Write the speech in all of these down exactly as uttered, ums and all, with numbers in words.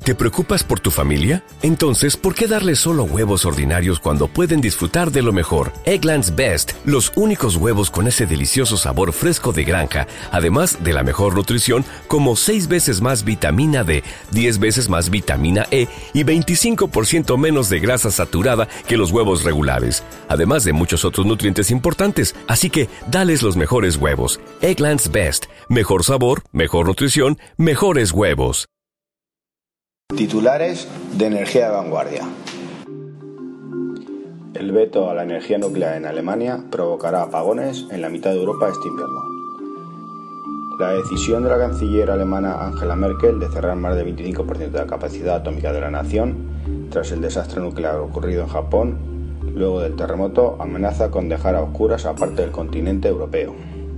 ¿Te preocupas por tu familia? Entonces, ¿por qué darles solo huevos ordinarios cuando pueden disfrutar de lo mejor? Eggland's Best, los únicos huevos con ese delicioso sabor fresco de granja, además de la mejor nutrición, como seis veces más vitamina D, diez veces más vitamina E y veinticinco por ciento menos de grasa saturada que los huevos regulares, además de muchos otros nutrientes importantes. Así que, dales los mejores huevos. Eggland's Best, mejor sabor, mejor nutrición, mejores huevos. Titulares de energía de vanguardia. El veto a la energía nuclear en Alemania provocará apagones en la mitad de Europa este invierno. La decisión de la canciller alemana Angela Merkel de cerrar más del veinticinco por ciento de la capacidad atómica de la nación tras el desastre nuclear ocurrido en Japón luego del terremoto amenaza con dejar a oscuras a parte del continente europeo.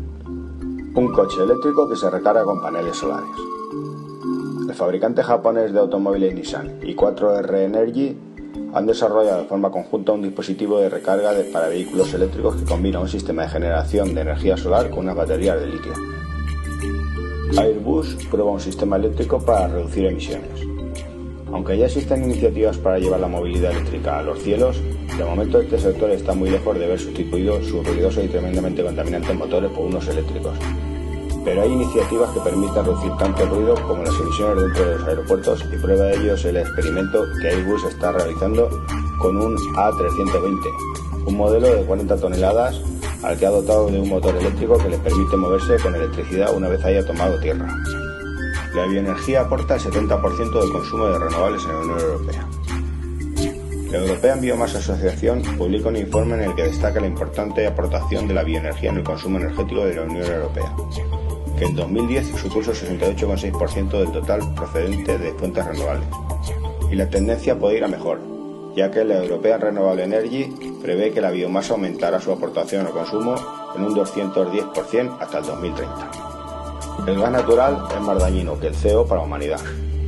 Un coche eléctrico que se recarga con paneles solares. El fabricante japonés de automóviles Nissan y cuatro R Energy han desarrollado de forma conjunta un dispositivo de recarga de, para vehículos eléctricos que combina un sistema de generación de energía solar con unas baterías de litio. Airbus prueba un sistema eléctrico para reducir emisiones. Aunque ya existen iniciativas para llevar la movilidad eléctrica a los cielos, de momento este sector está muy lejos de ver sustituido sus ruidosos y tremendamente contaminantes motores por unos eléctricos. Pero hay iniciativas que permiten reducir tanto ruido como las emisiones dentro de los aeropuertos y prueba de ello es el experimento que Airbus está realizando con un A trescientos veinte, un modelo de cuarenta toneladas al que ha dotado de un motor eléctrico que le permite moverse con electricidad una vez haya tomado tierra. La bioenergía aporta el setenta por ciento del consumo de renovables en la Unión Europea. La European Biomass Association publica un informe en el que destaca la importante aportación de la bioenergía en el consumo energético de la Unión Europea, que en dos mil diez supuso el sesenta y ocho coma seis por ciento del total procedente de fuentes renovables. Y la tendencia puede ir a mejor, ya que la European Renewable Energy prevé que la biomasa aumentará su aportación al consumo en un doscientos diez por ciento hasta el dos mil treinta. El gas natural es más dañino que el C O para la humanidad.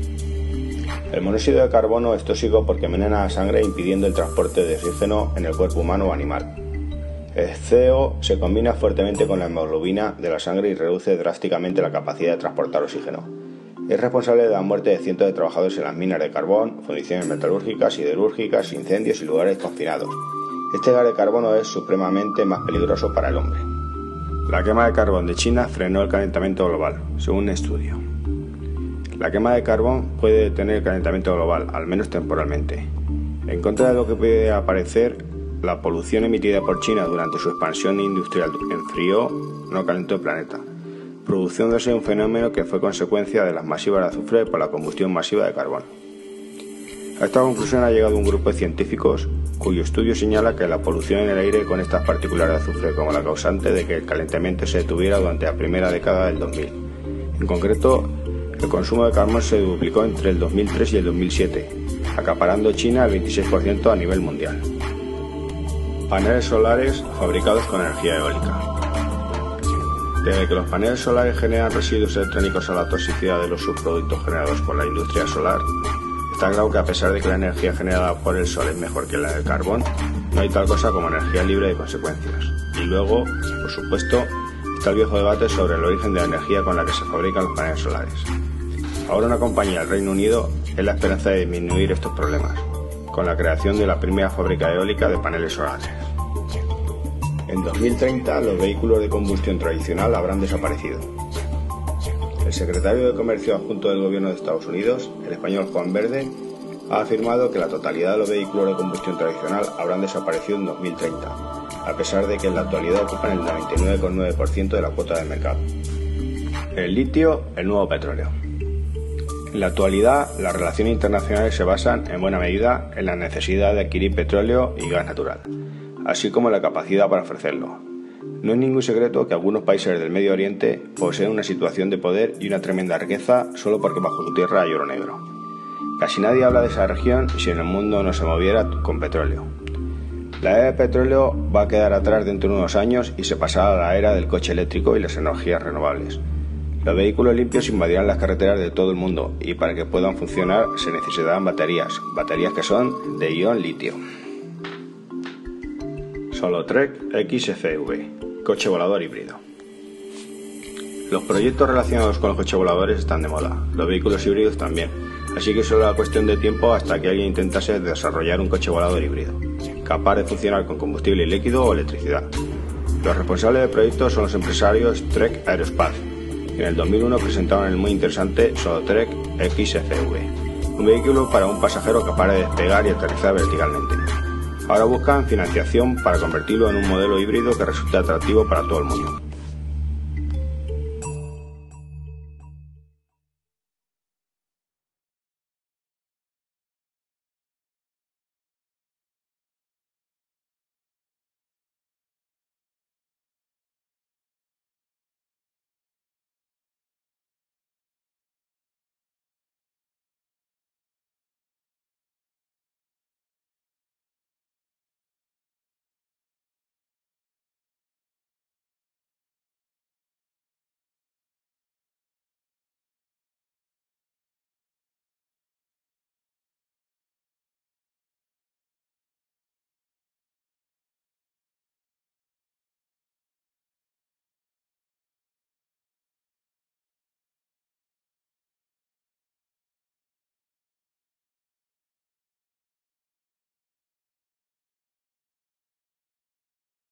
El monóxido de carbono es tóxico porque envenena la sangre impidiendo el transporte de oxígeno en el cuerpo humano o animal. El C O se combina fuertemente con la hemoglobina de la sangre y reduce drásticamente la capacidad de transportar oxígeno. Es responsable de la muerte de cientos de trabajadores en las minas de carbón, fundiciones metalúrgicas, siderúrgicas, incendios y lugares confinados. Este gas de carbono es supremamente más peligroso para el hombre. La quema de carbón de China frenó el calentamiento global, según un estudio. La quema de carbón puede detener el calentamiento global, al menos temporalmente. En contra de lo que puede aparecer, la polución emitida por China durante su expansión industrial enfrió, no calentó el planeta, produciéndose un fenómeno que fue consecuencia de las masivas de azufre por la combustión masiva de carbón. A esta conclusión ha llegado un grupo de científicos cuyo estudio señala que la polución en el aire con estas partículas de azufre como la causante de que el calentamiento se detuviera durante la primera década del dos mil. En concreto, el consumo de carbón se duplicó entre el dos mil tres y el dos mil siete, acaparando China el veintiséis por ciento a nivel mundial. Paneles solares fabricados con energía eólica. Desde que los paneles solares generan residuos electrónicos a la toxicidad de los subproductos generados por la industria solar, está claro que a pesar de que la energía generada por el sol es mejor que la del carbón, no hay tal cosa como energía libre de consecuencias. Y luego, por supuesto, está el viejo debate sobre el origen de la energía con la que se fabrican los paneles solares. Ahora una compañía del Reino Unido es la esperanza de disminuir estos problemas, con la creación de la primera fábrica eólica de paneles solares. En dos mil treinta los vehículos de combustión tradicional habrán desaparecido. El secretario de Comercio adjunto del Gobierno de Estados Unidos, el español Juan Verde, ha afirmado que la totalidad de los vehículos de combustión tradicional habrán desaparecido en dos mil treinta, a pesar de que en la actualidad ocupan el noventa y nueve coma nueve por ciento de la cuota del mercado. El litio, el nuevo petróleo. En la actualidad, las relaciones internacionales se basan en buena medida en la necesidad de adquirir petróleo y gas natural, así como la capacidad para ofrecerlo. No es ningún secreto que algunos países del Medio Oriente poseen una situación de poder y una tremenda riqueza solo porque bajo su tierra hay oro negro. Casi nadie habla de esa región si en el mundo no se moviera con petróleo. La era del petróleo va a quedar atrás dentro de unos años y se pasará a la era del coche eléctrico y las energías renovables. Los vehículos limpios invadirán las carreteras de todo el mundo y para que puedan funcionar se necesitarán baterías, baterías que son de ion litio. Solartrek X F V, coche volador híbrido. Los proyectos relacionados con los coches voladores están de moda, los vehículos híbridos también, así que solo era cuestión de tiempo hasta que alguien intentase desarrollar un coche volador híbrido, capaz de funcionar con combustible líquido o electricidad. Los responsables del proyecto son los empresarios Trek Aerospace, que en el dos mil uno presentaron el muy interesante Sotrek X F V, un vehículo para un pasajero capaz de despegar y aterrizar verticalmente. Ahora buscan financiación para convertirlo en un modelo híbrido que resulte atractivo para todo el mundo.